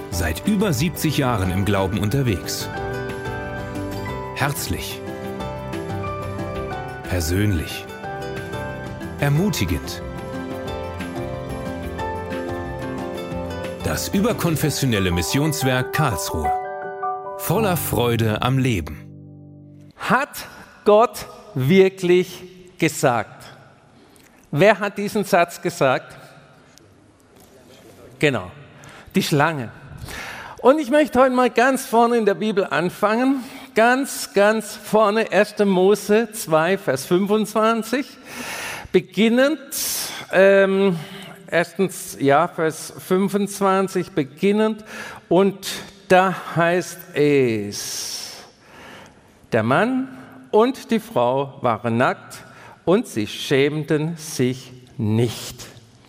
Seit über 70 Jahren im Glauben unterwegs. Herzlich. Persönlich. Ermutigend. Das überkonfessionelle Missionswerk Karlsruhe. Voller Freude am Leben. Hat Gott wirklich gesagt? Wer hat diesen Satz gesagt? Genau, die Schlange. Und ich möchte heute mal ganz vorne in der Bibel anfangen. Ganz vorne, 1. Mose 2, Vers 25. Beginnend, Vers 25 beginnend. Und da heißt es, der Mann und die Frau waren nackt und sie schämten sich nicht.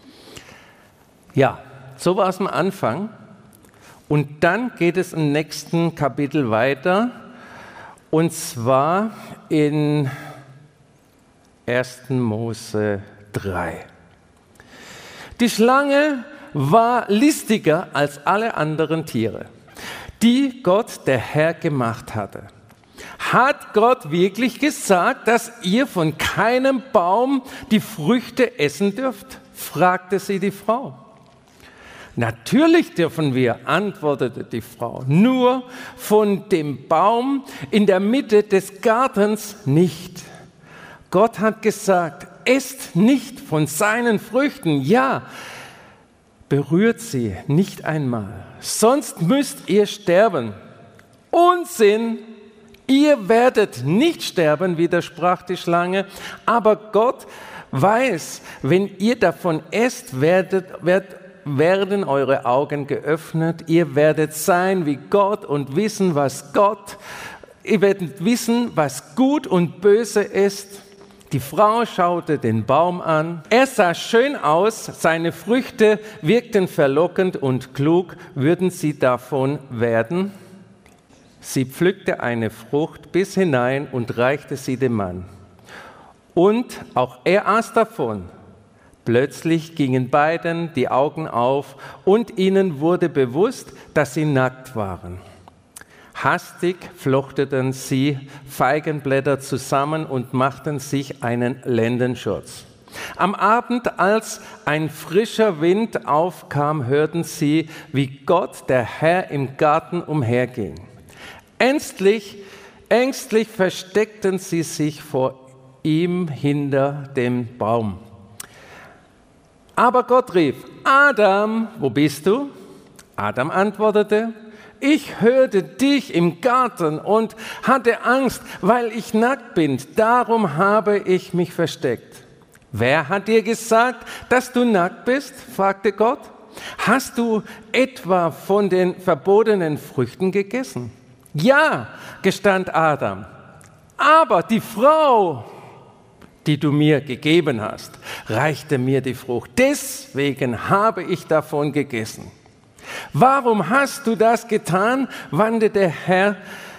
Ja, so war es am Anfang. Und dann geht es im nächsten Kapitel weiter, und zwar in 1. Mose 3. Die Schlange war listiger als alle anderen Tiere, die Gott, der Herr, gemacht hatte. Hat Gott wirklich gesagt, dass ihr von keinem Baum die Früchte essen dürft? Fragte sie die Frau. Natürlich dürfen wir, antwortete die Frau, nur von dem Baum in der Mitte des Gartens nicht. Gott hat gesagt, esst nicht von seinen Früchten, ja, berührt sie nicht einmal, sonst müsst ihr sterben. Unsinn, ihr werdet nicht sterben, widersprach die Schlange, aber Gott weiß, wenn ihr davon esst, werden eure Augen geöffnet, ihr werdet sein wie Gott und wissen, ihr werdet wissen, was gut und böse ist. Die Frau schaute den Baum an. Er sah schön aus, seine Früchte wirkten verlockend und klug. Würden sie davon werden? Sie pflückte eine Frucht bis hinein und reichte sie dem Mann. Und auch er aß davon. Plötzlich gingen beiden die Augen auf und ihnen wurde bewusst, dass sie nackt waren. Hastig flochteten sie Feigenblätter zusammen und machten sich einen Lendenschurz. Am Abend, als ein frischer Wind aufkam, hörten sie, wie Gott, der Herr, im Garten umherging. Ängstlich versteckten sie sich vor ihm hinter dem Baum. Aber Gott rief, Adam, wo bist du? Adam antwortete, ich hörte dich im Garten und hatte Angst, weil ich nackt bin. Darum habe ich mich versteckt. Wer hat dir gesagt, dass du nackt bist? Fragte Gott. Hast du etwa von den verbotenen Früchten gegessen? Ja, gestand Adam. Aber die Frau, die du mir gegeben hast, reichte mir die Frucht. Deswegen habe ich davon gegessen. Warum hast du das getan? Wandte der Herr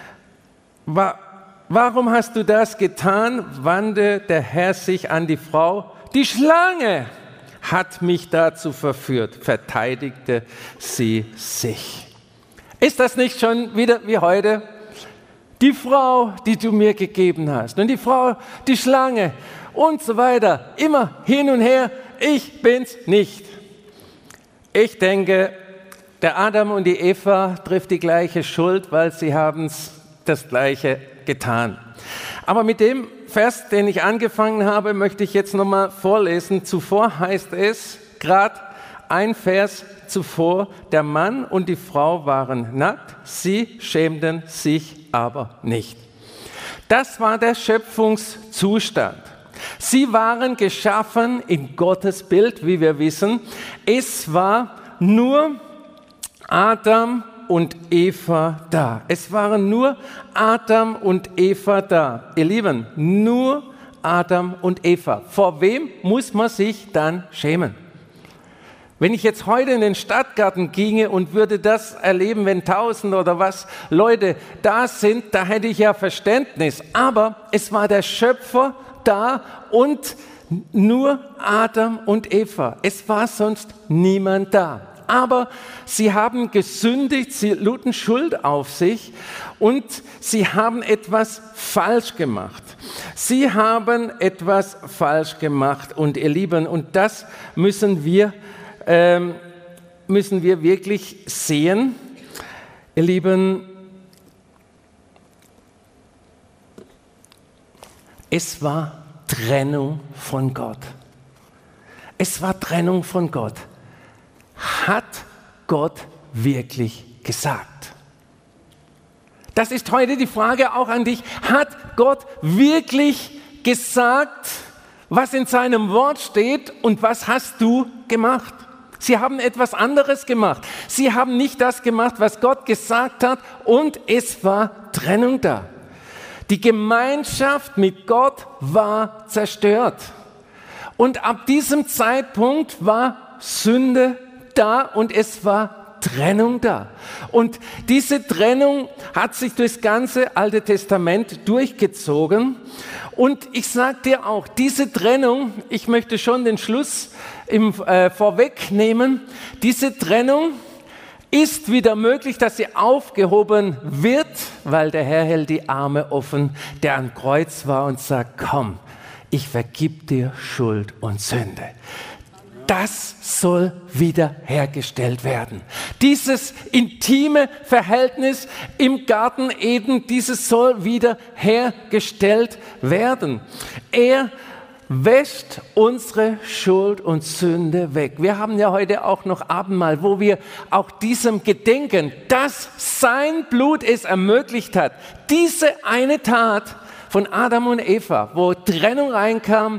sich an die Frau. Die Schlange hat mich dazu verführt, verteidigte sie sich. Ist das nicht schon wieder wie heute? Die Frau, die du mir gegeben hast. Und die Frau, die Schlange und so weiter. Immer hin und her. Ich bin's nicht. Ich denke, der Adam und die Eva trifft die gleiche Schuld, weil sie haben das Gleiche getan. Aber mit dem Vers, den ich angefangen habe, möchte ich jetzt nochmal vorlesen. Zuvor heißt es, gerade ein Vers zuvor, der Mann und die Frau waren nackt, sie schämten sich aber nicht. Das war der Schöpfungszustand. Sie waren geschaffen in Gottes Bild, wie wir wissen. Es war nur Adam und Eva da. Es waren nur Adam und Eva da. Ihr Lieben, nur Adam und Eva. Vor wem muss man sich dann schämen? Wenn ich jetzt heute in den Stadtgarten ginge und würde das erleben, wenn 1000 oder was Leute da sind, da hätte ich ja Verständnis. Aber es war der Schöpfer da und nur Adam und Eva. Es war sonst niemand da. aber sie haben gesündigt, sie luden Schuld auf sich und sie haben etwas falsch gemacht. Sie haben etwas falsch gemacht und ihr Lieben, und das müssen wir wirklich sehen. Ihr Lieben, es war Trennung von Gott. Es war Trennung von Gott. Hat Gott wirklich gesagt? Das ist heute die Frage auch an dich. Hat Gott wirklich gesagt, was in seinem Wort steht und was hast du gemacht? Sie haben etwas anderes gemacht. Sie haben nicht das gemacht, was Gott gesagt hat, und es war Trennung da. Die Gemeinschaft mit Gott war zerstört. Und ab diesem Zeitpunkt war Sünde da und es war Trennung da. Und diese Trennung hat sich durchs ganze Alte Testament durchgezogen. Und ich sage dir auch, diese Trennung, ich möchte schon den Schluss vorwegnehmen, diese Trennung ist wieder möglich, dass sie aufgehoben wird, weil der Herr hält die Arme offen, der am Kreuz war und sagt, komm, ich vergib dir Schuld und Sünde. Das soll wiederhergestellt werden. Dieses intime Verhältnis im Garten Eden, dieses soll wiederhergestellt werden. Er wäscht unsere Schuld und Sünde weg. Wir haben ja heute auch noch Abendmahl, wo wir auch diesem gedenken, dass sein Blut es ermöglicht hat, diese eine Tat von Adam und Eva, wo Trennung reinkam,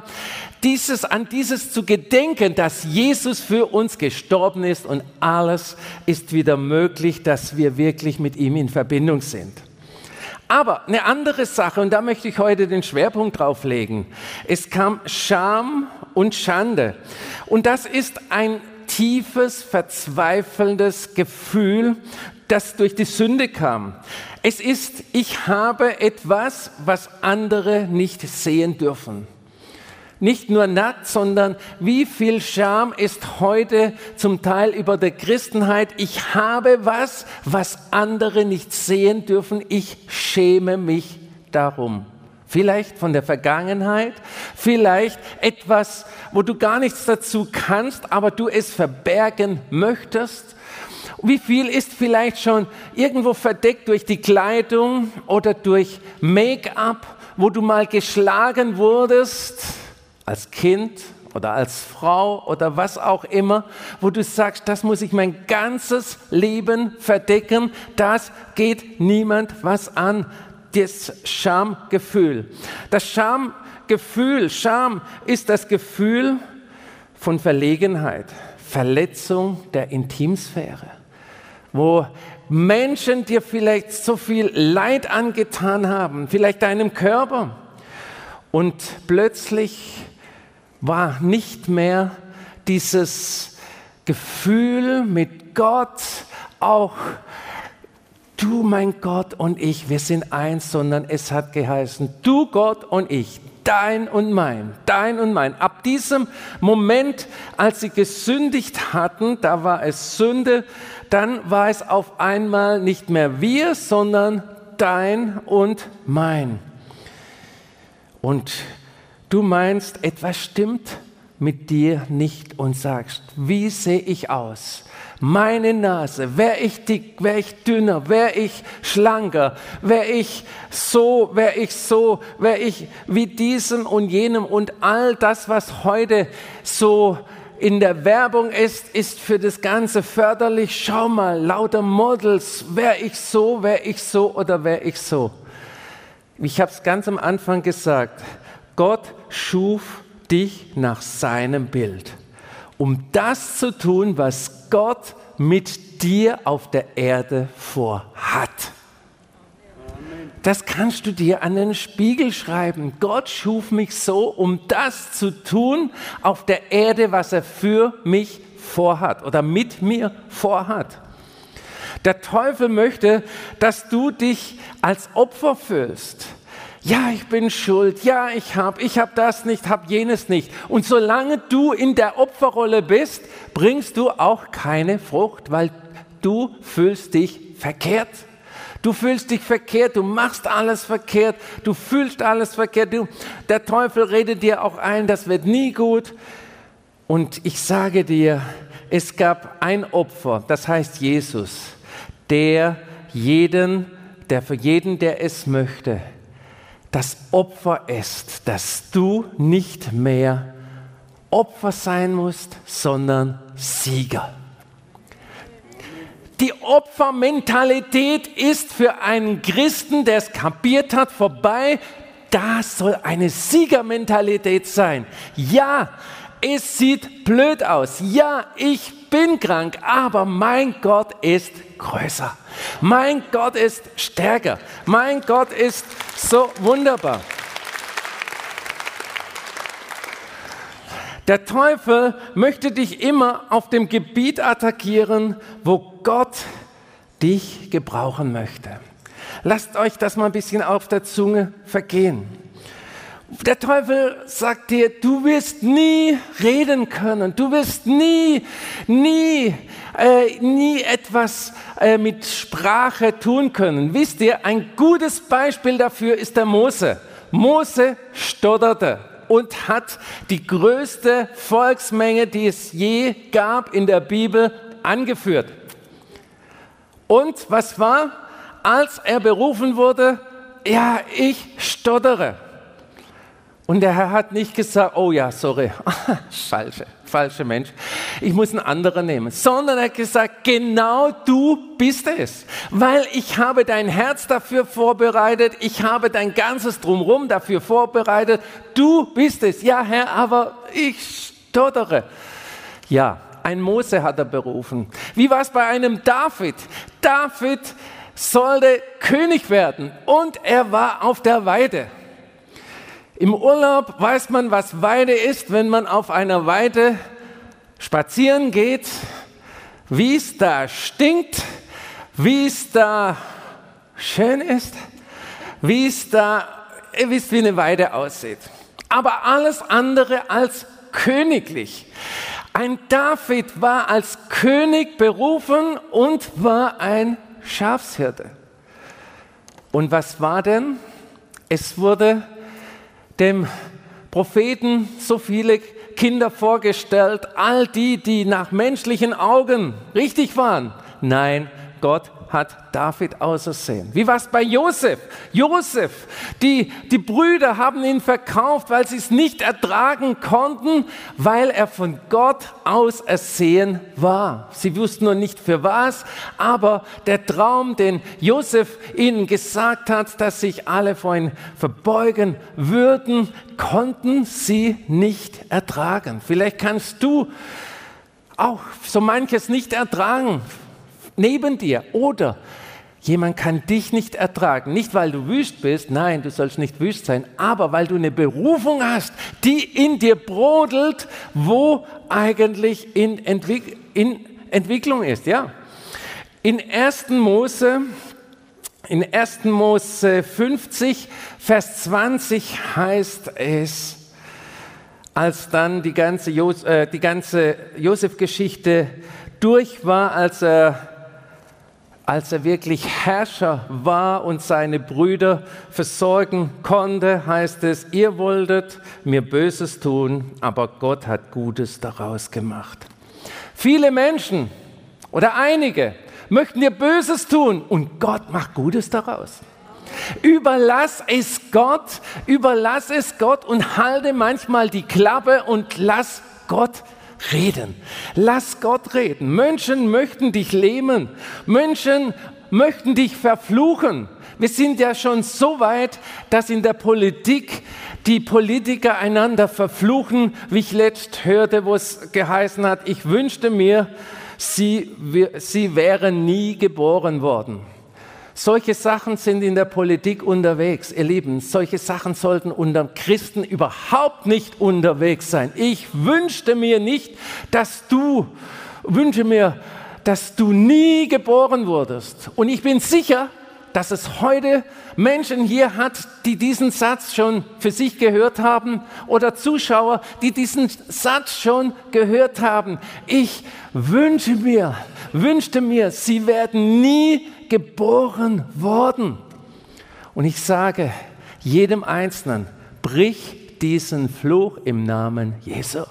an dieses zu gedenken, dass Jesus für uns gestorben ist und alles ist wieder möglich, dass wir wirklich mit ihm in Verbindung sind. Aber eine andere Sache, und da möchte ich heute den Schwerpunkt drauf legen. Es kam Scham und Schande. Und das ist ein tiefes, verzweifelndes Gefühl, das durch die Sünde kam. Es ist, ich habe etwas, was andere nicht sehen dürfen. Nicht nur nackt, sondern wie viel Scham ist heute zum Teil über der Christenheit. Ich habe was andere nicht sehen dürfen. Ich schäme mich darum. Vielleicht von der Vergangenheit, vielleicht etwas, wo du gar nichts dazu kannst, aber du es verbergen möchtest. Wie viel ist vielleicht schon irgendwo verdeckt durch die Kleidung oder durch Make-up, wo du mal geschlagen wurdest, als Kind oder als Frau oder was auch immer, wo du sagst, das muss ich mein ganzes Leben verdecken, das geht niemand was an, das Schamgefühl. Das Schamgefühl, Scham ist das Gefühl von Verlegenheit, Verletzung der Intimsphäre, wo Menschen dir vielleicht so viel Leid angetan haben, vielleicht deinem Körper, und plötzlich war nicht mehr dieses Gefühl mit Gott, auch du, mein Gott und ich, wir sind eins, sondern es hat geheißen, du Gott und ich, dein und mein, dein und mein. Ab diesem Moment, als sie gesündigt hatten, da war es Sünde, dann war es auf einmal nicht mehr wir, sondern dein und mein. Und du meinst, etwas stimmt mit dir nicht und sagst, wie sehe ich aus? Meine Nase, wäre ich dick, wäre ich dünner, wäre ich schlanker, wäre ich so, wäre ich wie diesem und jenem, und all das, was heute so in der Werbung ist für das Ganze förderlich. Schau mal, lauter Models, wäre ich so oder wäre ich so. Ich habe es ganz am Anfang gesagt, Gott schuf dich nach seinem Bild, um das zu tun, was Gott mit dir auf der Erde vorhat. Das kannst du dir an den Spiegel schreiben. Gott schuf mich so, um das zu tun auf der Erde, was er für mich vorhat oder mit mir vorhat. Der Teufel möchte, dass du dich als Opfer fühlst. Ja, ich bin schuld. Ja, ich hab das nicht, hab jenes nicht. Und solange du in der Opferrolle bist, bringst du auch keine Frucht, weil du fühlst dich verkehrt. Du fühlst dich verkehrt, du machst alles verkehrt, du fühlst alles verkehrt. Der Teufel redet dir auch ein, das wird nie gut. Und ich sage dir, es gab ein Opfer, das heißt Jesus, der für jeden, der es möchte, das Opfer ist, dass du nicht mehr Opfer sein musst, sondern Sieger. Die Opfermentalität ist für einen Christen, der es kapiert hat, vorbei. Das soll eine Siegermentalität sein. Ja, es sieht blöd aus. Ja, ich bin krank, aber mein Gott ist größer. Mein Gott ist stärker. Mein Gott ist so wunderbar. Der Teufel möchte dich immer auf dem Gebiet attackieren, wo Gott dich gebrauchen möchte. Lasst euch das mal ein bisschen auf der Zunge vergehen. Der Teufel sagt dir, du wirst nie reden können, du wirst nie etwas mit Sprache tun können. Wisst ihr, ein gutes Beispiel dafür ist der Mose. Mose stotterte und hat die größte Volksmenge, die es je gab in der Bibel, angeführt. Und was war, als er berufen wurde? Ja, ich stottere. Und der Herr hat nicht gesagt, oh ja, sorry, falscher Mensch, ich muss einen anderen nehmen. Sondern er hat gesagt, genau du bist es. Weil ich habe dein Herz dafür vorbereitet, ich habe dein ganzes Drumherum dafür vorbereitet. Du bist es. Ja, Herr, aber ich stottere. Ja, ein Mose hat er berufen. Wie war es bei einem David? David sollte König werden und er war auf der Weide. Im Urlaub weiß man, was Weide ist, wenn man auf einer Weide spazieren geht, wie es da stinkt, wie es da schön ist, wie es da, ihr wisst, wie eine Weide aussieht. Aber alles andere als königlich. Ein David war als König berufen und war ein Schafshirte. Und was war denn? Es wurde dem Propheten so viele Kinder vorgestellt, all die nach menschlichen Augen richtig waren. Nein, Gott hat David ausersehen. Wie war es bei Josef? Josef, die Brüder haben ihn verkauft, weil sie es nicht ertragen konnten, weil er von Gott ausersehen war. Sie wussten nur nicht für was, aber der Traum, den Josef ihnen gesagt hat, dass sich alle vor ihm verbeugen würden, konnten sie nicht ertragen. Vielleicht kannst du auch so manches nicht ertragen neben dir, oder jemand kann dich nicht ertragen, nicht weil du wüst bist, nein, du sollst nicht wüst sein, aber weil du eine Berufung hast, die in dir brodelt, wo eigentlich in Entwicklung ist, ja. In 1. Mose 50, Vers 20 heißt es, als dann die ganze Josef-Geschichte durch war, als er wirklich Herrscher war und seine Brüder versorgen konnte, heißt es, ihr wolltet mir Böses tun, aber Gott hat Gutes daraus gemacht. Viele Menschen oder einige möchten dir Böses tun und Gott macht Gutes daraus. Überlass es Gott und halte manchmal die Klappe und lass Gott reden. Lass Gott reden. Menschen möchten dich lähmen. Menschen möchten dich verfluchen. Wir sind ja schon so weit, dass in der Politik die Politiker einander verfluchen, wie ich letzt hörte, wo es geheißen hat, ich wünschte mir, sie wären nie geboren worden. Solche Sachen sind in der Politik unterwegs, ihr Lieben. Solche Sachen sollten unter Christen überhaupt nicht unterwegs sein. Ich wünschte mir nicht, dass du nie geboren wurdest. Und ich bin sicher, dass es heute Menschen hier hat, die diesen Satz schon für sich gehört haben oder Zuschauer, die diesen Satz schon gehört haben. Ich wünschte mir, sie werden nie geboren worden. Und ich sage jedem Einzelnen, brich diesen Fluch im Namen Jesu.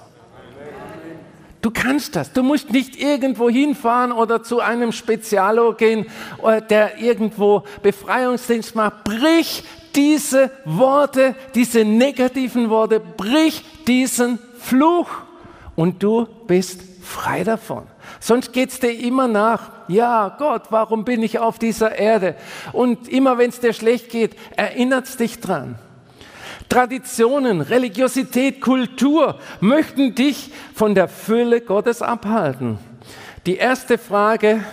Du kannst das. Du musst nicht irgendwo hinfahren oder zu einem Spezialo gehen, der irgendwo Befreiungsdienst macht. Brich diese Worte, diese negativen Worte, brich diesen Fluch und du bist frei davon. Sonst geht es dir immer nach. Ja, Gott, warum bin ich auf dieser Erde? Und immer wenn es dir schlecht geht, erinnert es dich dran. Traditionen, Religiosität, Kultur möchten dich von der Fülle Gottes abhalten. Die erste Frage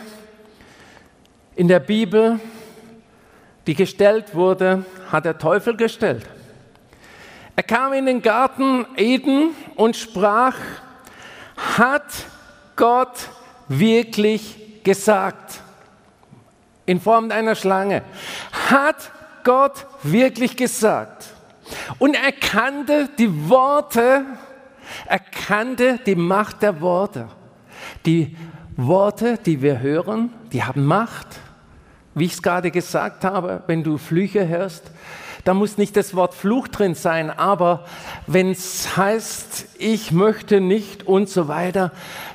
in der Bibel, die gestellt wurde, hat der Teufel gestellt. Er kam in den Garten Eden und sprach, hat Gott wirklich gesagt? In Form einer Schlange. Hat Gott wirklich gesagt? Und er kannte die Worte, er kannte die Macht der Worte. Die Worte, die wir hören, die haben Macht. Wie ich es gerade gesagt habe, wenn du Flüche hörst, da muss nicht das Wort Fluch drin sein, aber wenn es heißt, ich möchte nicht und so weiter,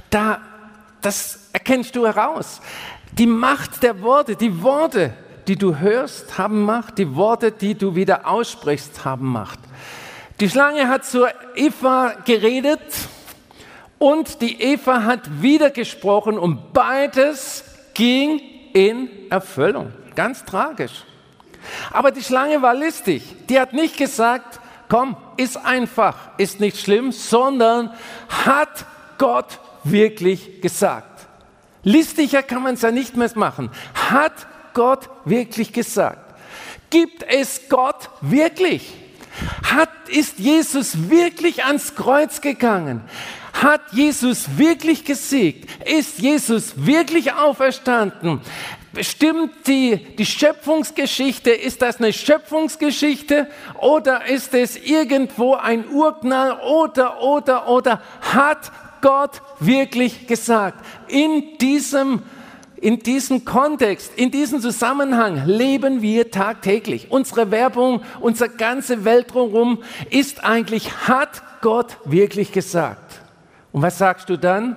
das erkennst du heraus. Die Macht der Worte, die du hörst, haben Macht. Die Worte, die du wieder aussprichst, haben Macht. Die Schlange hat zur Eva geredet und die Eva hat wieder gesprochen und beides ging in Erfüllung. Ganz tragisch. Aber die Schlange war listig. Die hat nicht gesagt, komm, ist einfach, ist nicht schlimm, sondern hat Gott wirklich gesagt. Listiger kann man es ja nicht mehr machen. Hat Gott wirklich gesagt? Gibt es Gott wirklich? Ist Jesus wirklich ans Kreuz gegangen? Hat Jesus wirklich gesiegt? Ist Jesus wirklich auferstanden? Stimmt die Schöpfungsgeschichte? Ist das eine Schöpfungsgeschichte oder ist es irgendwo ein Urknall oder hat Gott wirklich gesagt? In diesem Kontext, in diesem Zusammenhang leben wir tagtäglich. Unsere Werbung, unsere ganze Welt drumherum ist eigentlich, hat Gott wirklich gesagt? Und was sagst du dann?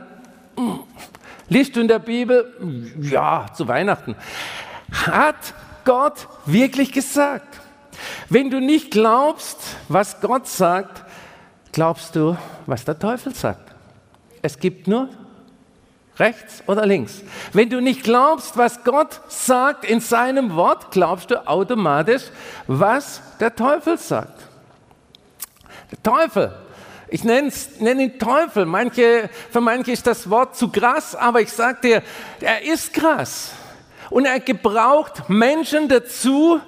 Liest du in der Bibel? Ja, zu Weihnachten. Hat Gott wirklich gesagt? Wenn du nicht glaubst, was Gott sagt, glaubst du, was der Teufel sagt. Es gibt nur rechts oder links. Wenn du nicht glaubst, was Gott sagt in seinem Wort, glaubst du automatisch, was der Teufel sagt. Der Teufel, ich nenne ihn Teufel. Für manche ist das Wort zu krass, aber ich sage dir, er ist krass. Und er gebraucht Menschen dazu,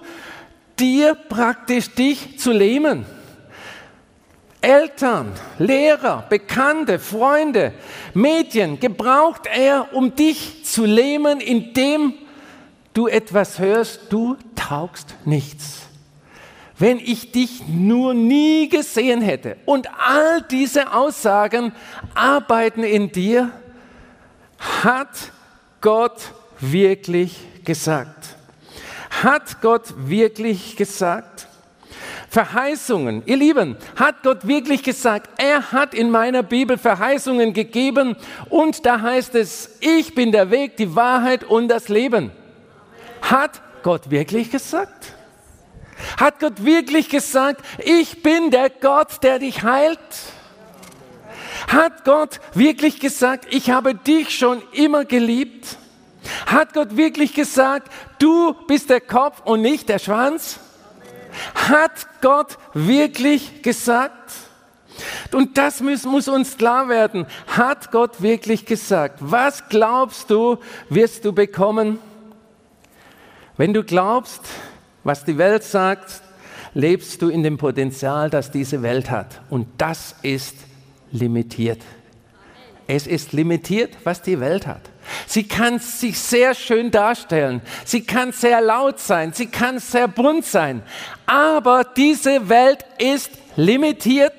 dich zu lähmen. Eltern, Lehrer, Bekannte, Freunde, Medien gebraucht er, um dich zu lähmen, indem du etwas hörst, du taugst nichts. Wenn ich dich nur nie gesehen hätte und all diese Aussagen arbeiten in dir, hat Gott wirklich gesagt? Hat Gott wirklich gesagt? Verheißungen, ihr Lieben, hat Gott wirklich gesagt? Er hat in meiner Bibel Verheißungen gegeben und da heißt es, ich bin der Weg, die Wahrheit und das Leben. Hat Gott wirklich gesagt? Hat Gott wirklich gesagt, ich bin der Gott, der dich heilt? Hat Gott wirklich gesagt, ich habe dich schon immer geliebt? Hat Gott wirklich gesagt, du bist der Kopf und nicht der Schwanz? Hat Gott wirklich gesagt? Und das muss uns klar werden. Hat Gott wirklich gesagt? Was glaubst du, wirst du bekommen? Wenn du glaubst, was die Welt sagt, lebst du in dem Potenzial, das diese Welt hat. Und das ist limitiert. Es ist limitiert, was die Welt hat. Sie kann sich sehr schön darstellen. Sie kann sehr laut sein. Sie kann sehr bunt sein. Aber diese Welt ist limitiert.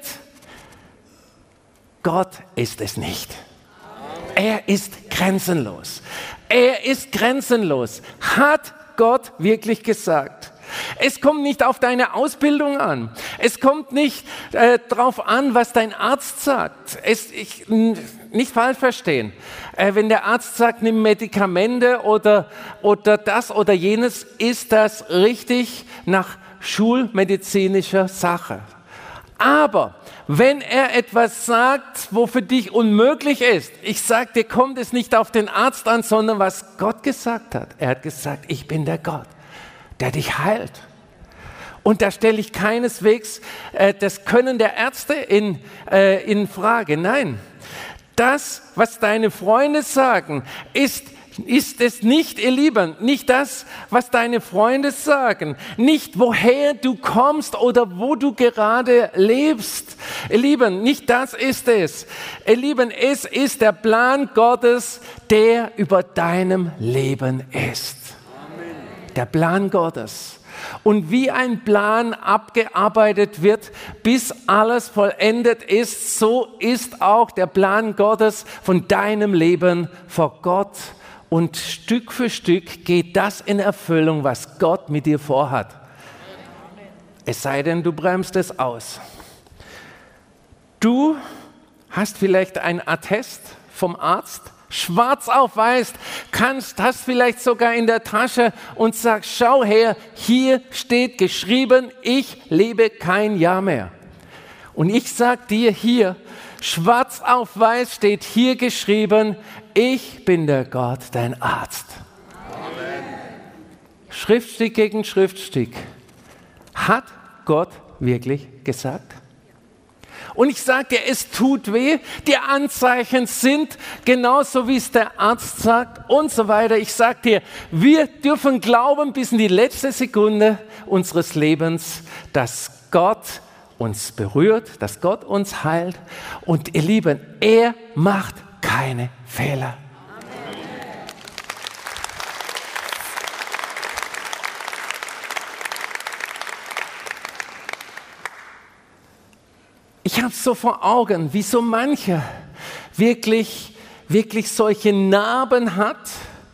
Gott ist es nicht. Er ist grenzenlos. Er ist grenzenlos. Hat Gott wirklich gesagt. Es kommt nicht auf deine Ausbildung an. Es kommt nicht darauf an, was dein Arzt sagt. Nicht falsch verstehen. Wenn der Arzt sagt, nimm Medikamente oder das oder jenes, ist das richtig nach schulmedizinischer Sache. Aber wenn er etwas sagt, wo für dich unmöglich ist, ich sage dir, kommt es nicht auf den Arzt an, sondern was Gott gesagt hat. Er hat gesagt, ich bin der Gott, der dich heilt. Und da stelle ich keineswegs das Können der Ärzte in Frage. Nein, das, was deine Freunde sagen, ist es nicht, ihr Lieben, nicht das, was deine Freunde sagen, nicht woher du kommst oder wo du gerade lebst. Ihr Lieben, nicht das ist es. Ihr Lieben, es ist der Plan Gottes, der über deinem Leben ist. Amen. Der Plan Gottes. Und wie ein Plan abgearbeitet wird, bis alles vollendet ist, so ist auch der Plan Gottes von deinem Leben vor Gott. Und Stück für Stück geht das in Erfüllung, was Gott mit dir vorhat. Es sei denn, du bremst es aus. Du hast vielleicht ein Attest vom Arzt, schwarz auf weiß, hast vielleicht sogar in der Tasche und sagst, schau her, hier steht geschrieben, ich lebe kein Jahr mehr. Und ich sag dir hier, schwarz auf weiß steht hier geschrieben, ich bin der Gott, dein Arzt. Amen. Schriftstück gegen Schriftstück. Hat Gott wirklich gesagt? Und ich sage dir, es tut weh, die Anzeichen sind genauso, wie es der Arzt sagt und so weiter. Ich sage dir, wir dürfen glauben bis in die letzte Sekunde unseres Lebens, dass Gott uns berührt, dass Gott uns heilt. Und ihr Lieben, er macht keine Fehler. Ich habe so vor Augen, wie so mancher wirklich solche Narben hat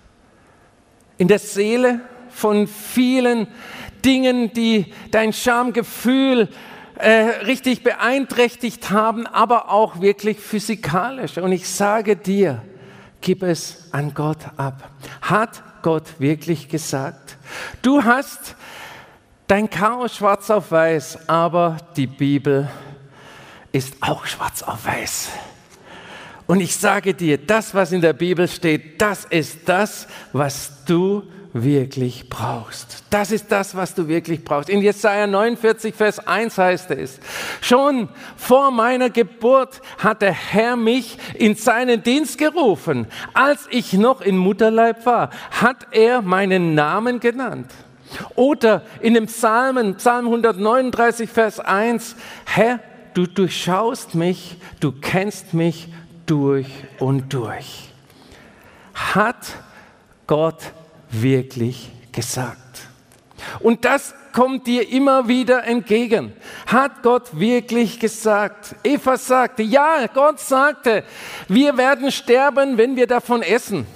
in der Seele von vielen Dingen, die dein Schamgefühl richtig beeinträchtigt haben, aber auch wirklich physikalisch. Und ich sage dir, gib es an Gott ab. Hat Gott wirklich gesagt? Du hast dein Chaos schwarz auf weiß, aber die Bibel ist auch schwarz auf weiß. Und ich sage dir, das, was in der Bibel steht, das ist das, was du wirklich brauchst. Das ist das, was du wirklich brauchst. In Jesaja 49, Vers 1 heißt es, schon vor meiner Geburt hat der Herr mich in seinen Dienst gerufen. Als ich noch im Mutterleib war, hat er meinen Namen genannt. Oder in dem Psalm 139, Vers 1, Herr, du durchschaust mich, du kennst mich durch und durch. Hat Gott wirklich gesagt? Und das kommt dir immer wieder entgegen. Hat Gott wirklich gesagt? Eva sagte, ja, Gott sagte, wir werden sterben, wenn wir davon essen.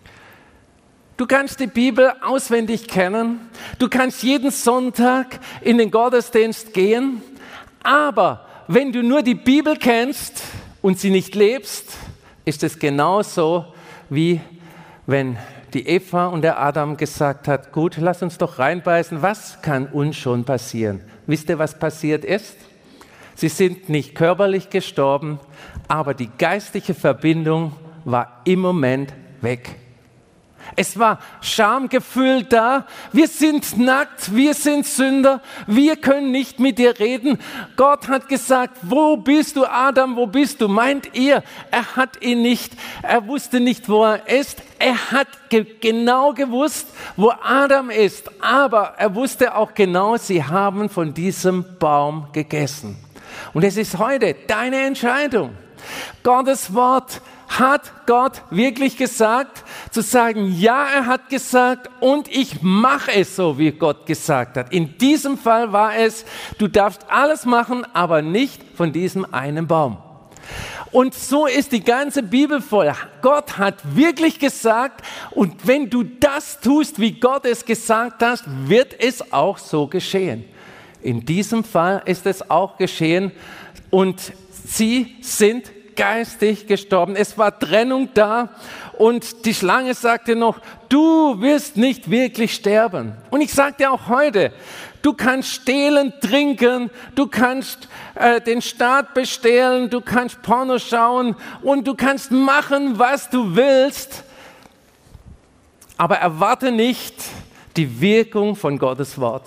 Du kannst die Bibel auswendig kennen. Du kannst jeden Sonntag in den Gottesdienst gehen. Aber wenn du nur die Bibel kennst und sie nicht lebst, ist es genauso, wie wenn die Eva und der Adam gesagt hat, gut, lass uns doch reinbeißen, was kann uns schon passieren? Wisst ihr, was passiert ist? Sie sind nicht körperlich gestorben, aber die geistliche Verbindung war im Moment weg. Es war Schamgefühl da. Wir sind nackt, wir sind Sünder, wir können nicht mit dir reden. Gott hat gesagt, wo bist du, Adam, wo bist du? Meint ihr, er hat ihn nicht, er wusste nicht, wo er ist. Er hat genau gewusst, wo Adam ist, aber er wusste auch genau, sie haben von diesem Baum gegessen. Und es ist heute deine Entscheidung. Gottes Wort Hat Gott wirklich gesagt? Zu sagen, ja, er hat gesagt und ich mache es so, wie Gott gesagt hat. In diesem Fall war es, du darfst alles machen, aber nicht von diesem einen Baum. Und so ist die ganze Bibel voll. Gott hat wirklich gesagt und wenn du das tust, wie Gott es gesagt hat, wird es auch so geschehen. In diesem Fall ist es auch geschehen und sie sind geistig gestorben. Es war Trennung da und die Schlange sagte noch, du wirst nicht wirklich sterben. Und ich sage dir auch heute, du kannst stehlen, trinken, du kannst den Staat bestehlen, du kannst Porno schauen und du kannst machen, was du willst, aber erwarte nicht die Wirkung von Gottes Wort.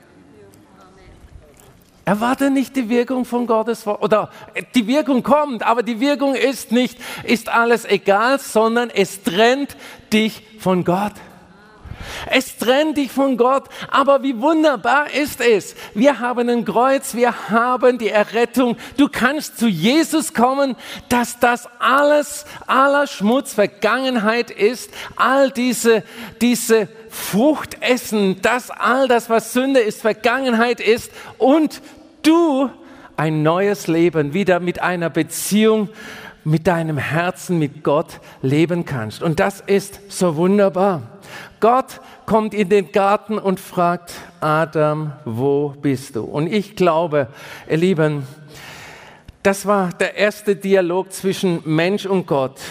Erwarte nicht die Wirkung von Gottes Wort. Oder die Wirkung kommt, aber die Wirkung ist alles egal, sondern es trennt dich von Gott. Es trennt dich von Gott, aber wie wunderbar ist es. Wir haben ein Kreuz, wir haben die Errettung. Du kannst zu Jesus kommen, dass das alles, aller Schmutz Vergangenheit ist, all diese Frucht essen, all das, was Sünde ist, Vergangenheit ist und du ein neues Leben wieder mit einer Beziehung mit deinem Herzen, mit Gott leben kannst. Und das ist so wunderbar. Gott kommt in den Garten und fragt, Adam, wo bist du? Und ich glaube, ihr Lieben, das war der erste Dialog zwischen Mensch und Gott.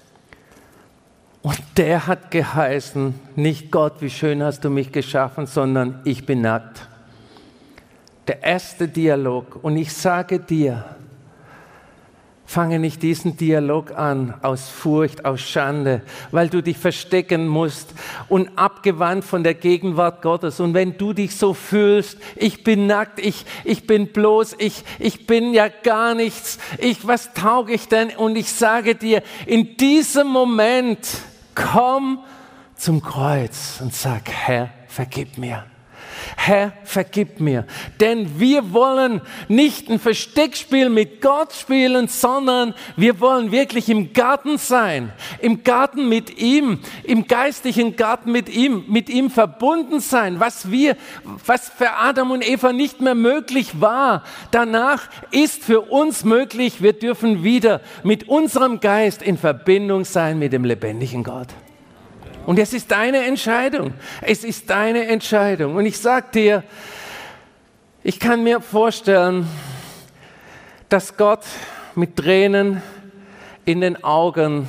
Und der hat geheißen, nicht Gott, wie schön hast du mich geschaffen, sondern ich bin nackt. Der erste Dialog. Und ich sage dir, fange nicht diesen Dialog an aus Furcht, aus Schande, weil du dich verstecken musst und abgewandt von der Gegenwart Gottes. Und wenn du dich so fühlst, ich bin nackt, ich bin bloß, ich bin ja gar nichts, was tauge ich denn? Und ich sage dir, in diesem Moment komm zum Kreuz und sag, Herr, vergib mir. Herr, vergib mir, denn wir wollen nicht ein Versteckspiel mit Gott spielen, sondern wir wollen wirklich im Garten sein, im Garten mit ihm, im geistlichen Garten mit ihm verbunden sein, was für Adam und Eva nicht mehr möglich war. Danach ist für uns möglich, wir dürfen wieder mit unserem Geist in Verbindung sein mit dem lebendigen Gott. Und es ist deine Entscheidung. Es ist deine Entscheidung. Und ich sage dir, ich kann mir vorstellen, dass Gott mit Tränen in den Augen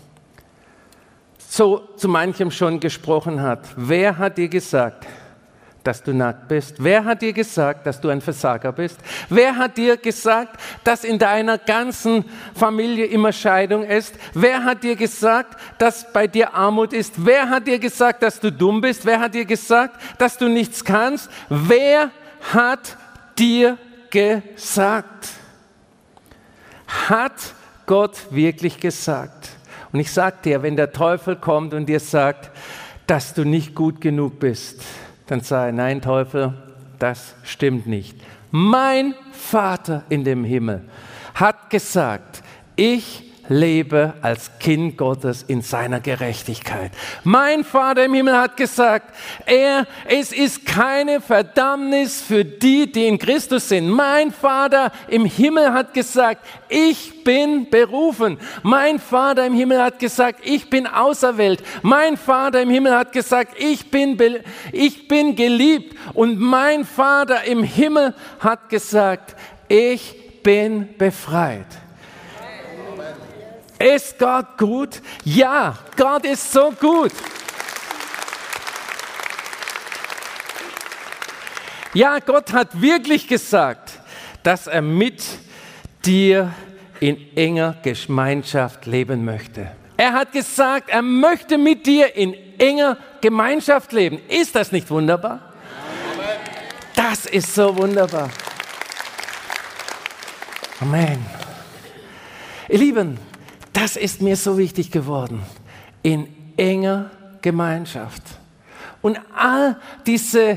so zu manchem schon gesprochen hat. Wer hat dir gesagt, dass du nackt bist? Wer hat dir gesagt, dass du ein Versager bist? Wer hat dir gesagt, dass in deiner ganzen Familie immer Scheidung ist? Wer hat dir gesagt, dass bei dir Armut ist? Wer hat dir gesagt, dass du dumm bist? Wer hat dir gesagt, dass du nichts kannst? Wer hat dir gesagt? Hat Gott wirklich gesagt? Und ich sage dir, wenn der Teufel kommt und dir sagt, dass du nicht gut genug bist, dann sage, nein, Teufel, das stimmt nicht. Mein Vater in dem Himmel hat gesagt, ich lebe als Kind Gottes in seiner Gerechtigkeit. Mein Vater im Himmel hat gesagt, es ist keine Verdammnis für die, die in Christus sind. Mein Vater im Himmel hat gesagt, ich bin berufen. Mein Vater im Himmel hat gesagt, ich bin auserwählt. Mein Vater im Himmel hat gesagt, ich bin geliebt. Und mein Vater im Himmel hat gesagt, ich bin befreit. Ist Gott gut? Ja, Gott ist so gut. Ja, Gott hat wirklich gesagt, dass er mit dir in enger Gemeinschaft leben möchte. Er hat gesagt, er möchte mit dir in enger Gemeinschaft leben. Ist das nicht wunderbar? Das ist so wunderbar. Amen. Ihr Lieben, das ist mir so wichtig geworden. In enger Gemeinschaft. Und all diese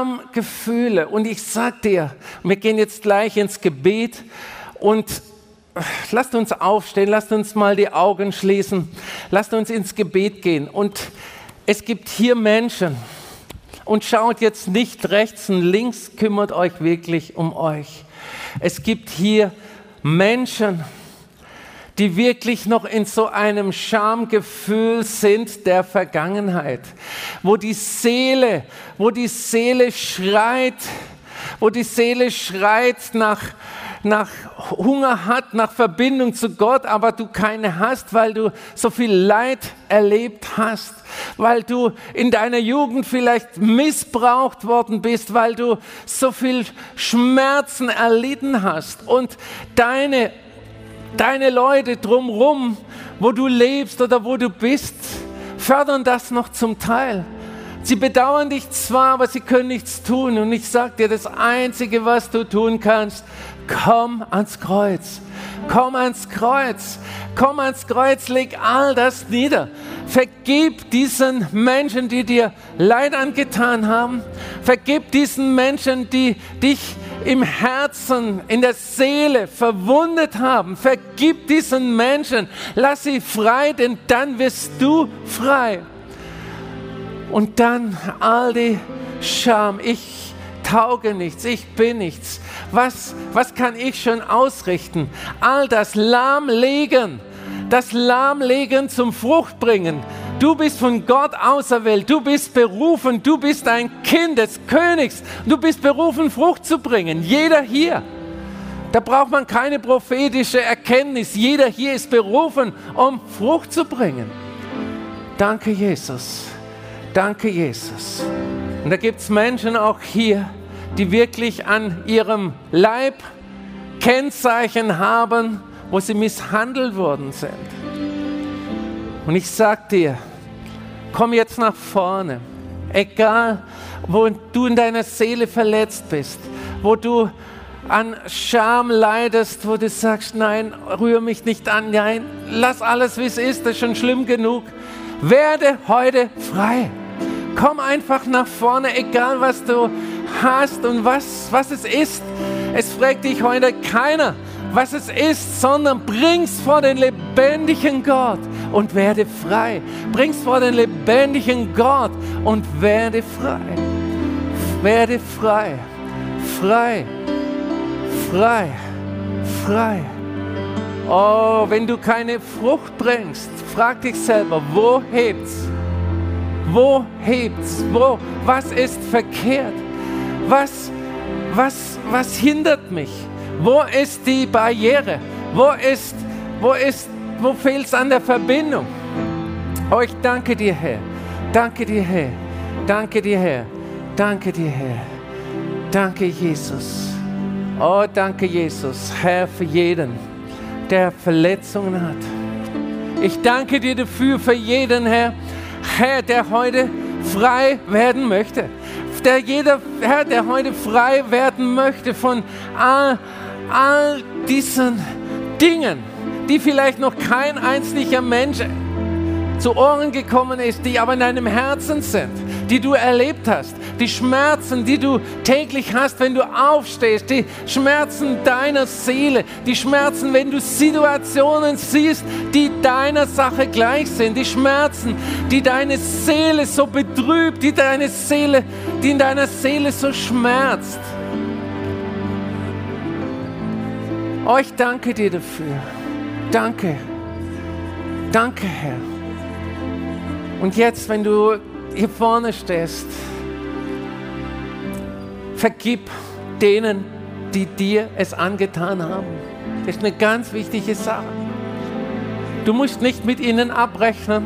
Schamgefühle. Und ich sag dir, wir gehen jetzt gleich ins Gebet. Und lasst uns aufstehen, lasst uns mal die Augen schließen, lasst uns ins Gebet gehen. Und es gibt hier Menschen, und schaut jetzt nicht rechts und links, kümmert euch wirklich um euch. Es gibt hier Menschen, die wirklich noch in so einem Schamgefühl sind der Vergangenheit, wo die Seele schreit, nach Hunger hat, nach Verbindung zu Gott, aber du keine hast, weil du so viel Leid erlebt hast, weil du in deiner Jugend vielleicht missbraucht worden bist, weil du so viel Schmerzen erlitten hast und deine Leute drumherum, wo du lebst oder wo du bist, fördern das noch zum Teil. Sie bedauern dich zwar, aber sie können nichts tun. Und ich sage dir, das Einzige, was du tun kannst, komm ans Kreuz. Komm ans Kreuz. Komm ans Kreuz, leg all das nieder. Vergib diesen Menschen, die dir Leid angetan haben. Vergib diesen Menschen, die dich im Herzen, in der Seele verwundet haben. Vergib diesen Menschen. Lass sie frei, denn dann wirst du frei. Und dann all die Scham, ich tauge nichts, ich bin nichts. Was kann ich schon ausrichten? All das Lahmlegen zum Fruchtbringen. Du bist von Gott auserwählt, du bist berufen, du bist ein Kind des Königs. Du bist berufen, Frucht zu bringen. Jeder hier. Da braucht man keine prophetische Erkenntnis. Jeder hier ist berufen, um Frucht zu bringen. Danke, Jesus. Danke, Jesus. Und da gibt es Menschen auch hier, die wirklich an ihrem Leib Kennzeichen haben, wo sie misshandelt worden sind. Und ich sag dir, komm jetzt nach vorne. Egal, wo du in deiner Seele verletzt bist, wo du an Scham leidest, wo du sagst, nein, rühr mich nicht an, nein, lass alles, wie es ist, das ist schon schlimm genug. Werde heute frei. Komm einfach nach vorne, egal was du hast und was es ist. Es fragt dich heute keiner, was es ist, sondern bring's vor den lebendigen Gott und werde frei. Bring's vor den lebendigen Gott und werde frei. Werde frei. Frei. Frei. Frei. Oh, wenn du keine Frucht bringst, frag dich selber, wo hebt's? Wo hebt's? Was ist verkehrt? Was hindert mich? Wo ist die Barriere? Wo fehlt's an der Verbindung? Oh, ich danke dir, Herr. Danke dir, Herr. Danke dir, Herr. Danke dir, Herr. Danke, Jesus. Oh, danke, Jesus, Herr, für jeden, der Verletzungen hat. Ich danke dir dafür, für jeden, Herr, der heute frei werden möchte. Herr, der heute frei werden möchte von all diesen Dingen, die vielleicht noch kein einziger Mensch zu Ohren gekommen ist, die aber in deinem Herzen sind, die du erlebt hast, die Schmerzen, die du täglich hast, wenn du aufstehst, die Schmerzen deiner Seele, die Schmerzen, wenn du Situationen siehst, die deiner Sache gleich sind, die Schmerzen, die deine Seele so betrübt, die in deiner Seele so schmerzt. Oh, ich danke dir dafür. Danke. Danke, Herr. Und jetzt, wenn du hier vorne stehst, vergib denen, die dir es angetan haben. Das ist eine ganz wichtige Sache. Du musst nicht mit ihnen abrechnen.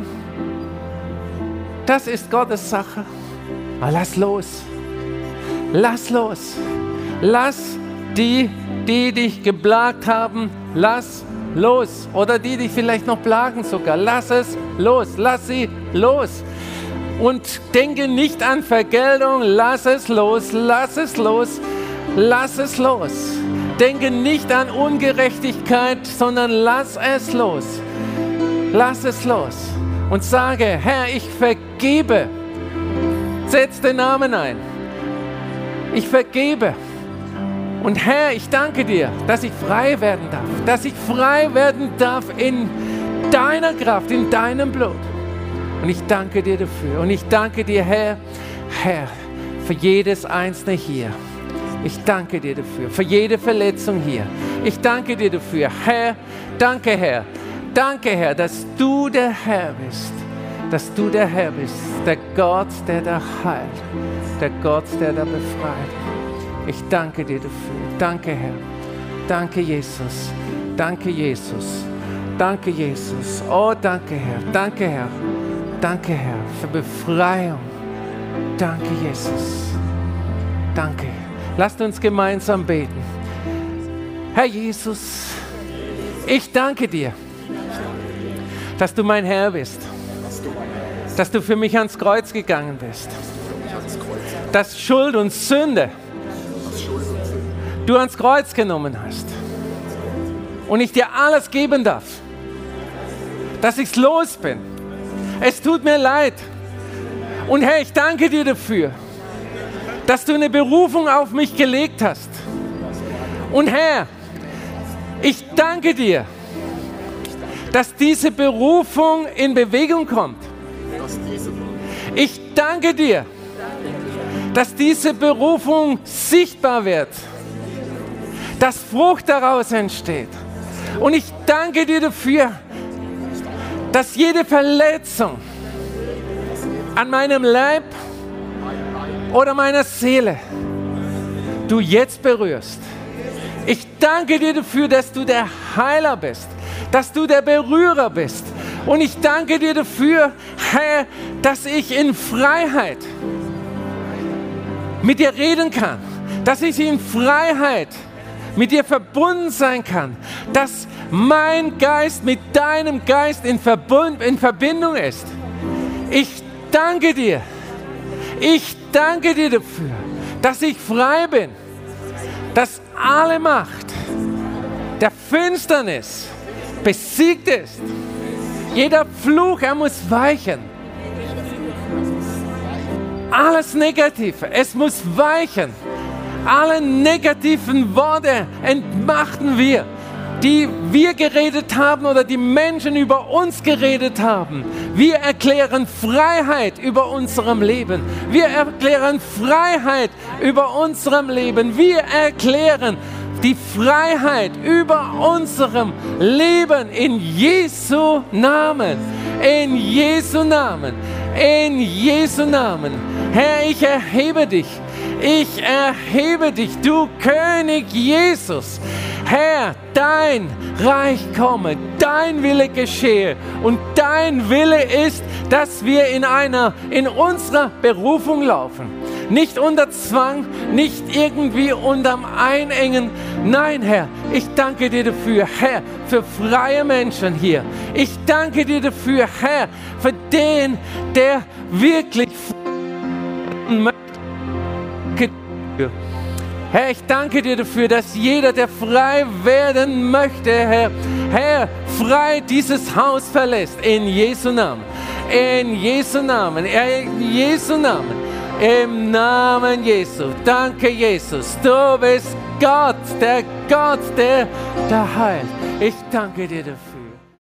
Das ist Gottes Sache. Aber lass los. Lass los. Lass die dich geplagt haben, lass los. Oder die dich vielleicht noch plagen sogar. Lass es los. Lass sie los. Und denke nicht an Vergeltung. Lass es los. Lass es los. Lass es los. Denke nicht an Ungerechtigkeit, sondern lass es los. Lass es los. Und sage, Herr, ich vergebe. Setz den Namen ein. Ich vergebe. Und Herr, ich danke dir, dass ich frei werden darf, dass ich frei werden darf in deiner Kraft, in deinem Blut. Und ich danke dir dafür. Und ich danke dir, Herr, für jedes Einzelne hier. Ich danke dir dafür, für jede Verletzung hier. Ich danke dir dafür, Herr, danke, Herr, dass du der Herr bist. Dass du der Herr bist, der Gott, der da heilt, der Gott, der da befreit. Ich danke dir dafür. Danke, Herr. Danke, Jesus. Danke, Jesus. Danke, Jesus. Oh, danke, Herr. Danke, Herr. Danke, Herr, für Befreiung. Danke, Jesus. Danke. Lasst uns gemeinsam beten. Herr Jesus, ich danke dir, dass du mein Herr bist. Dass du für mich ans Kreuz gegangen bist. Dass Schuld und Sünde du ans Kreuz genommen hast. Und ich dir alles geben darf. Dass ich los bin. Es tut mir leid. Und Herr, ich danke dir dafür, dass du eine Berufung auf mich gelegt hast. Und Herr, ich danke dir, dass diese Berufung in Bewegung kommt. Ich danke dir, dass diese Berufung sichtbar wird, dass Frucht daraus entsteht. Und ich danke dir dafür, dass jede Verletzung an meinem Leib oder meiner Seele du jetzt berührst. Ich danke dir dafür, dass du der Heiler bist, dass du der Berührer bist. Und ich danke dir dafür, Herr, dass ich in Freiheit mit dir reden kann, dass ich in Freiheit mit dir verbunden sein kann, dass mein Geist mit deinem Geist in Verbindung ist. Ich danke dir dafür, dass ich frei bin, dass alle Macht der Finsternis besiegt ist. Jeder Fluch, er muss weichen. Alles Negative, es muss weichen. Alle negativen Worte entmachten wir, die wir geredet haben oder die Menschen über uns geredet haben. Wir erklären Freiheit über unserem Leben. Wir erklären Freiheit über unserem Leben. Wir erklären die Freiheit über unserem Leben in Jesu Namen. In Jesu Namen. In Jesu Namen. Herr, ich erhebe dich. Ich erhebe dich, du König Jesus. Herr, dein Reich komme, dein Wille geschehe. Und dein Wille ist, dass wir in unserer Berufung laufen. Nicht unter Zwang, nicht irgendwie unterm Einengen. Nein, Herr, ich danke dir dafür, Herr, für freie Menschen hier. Ich danke dir dafür, Herr, für den, der wirklich möchte. Herr, ich danke dir dafür, dass jeder, der frei werden möchte, Herr, frei dieses Haus verlässt. In Jesu Namen. In Jesu Namen. In Jesu Namen. Im Namen Jesu. Danke, Jesus. Du bist Gott, der da heilt. Ich danke dir dafür.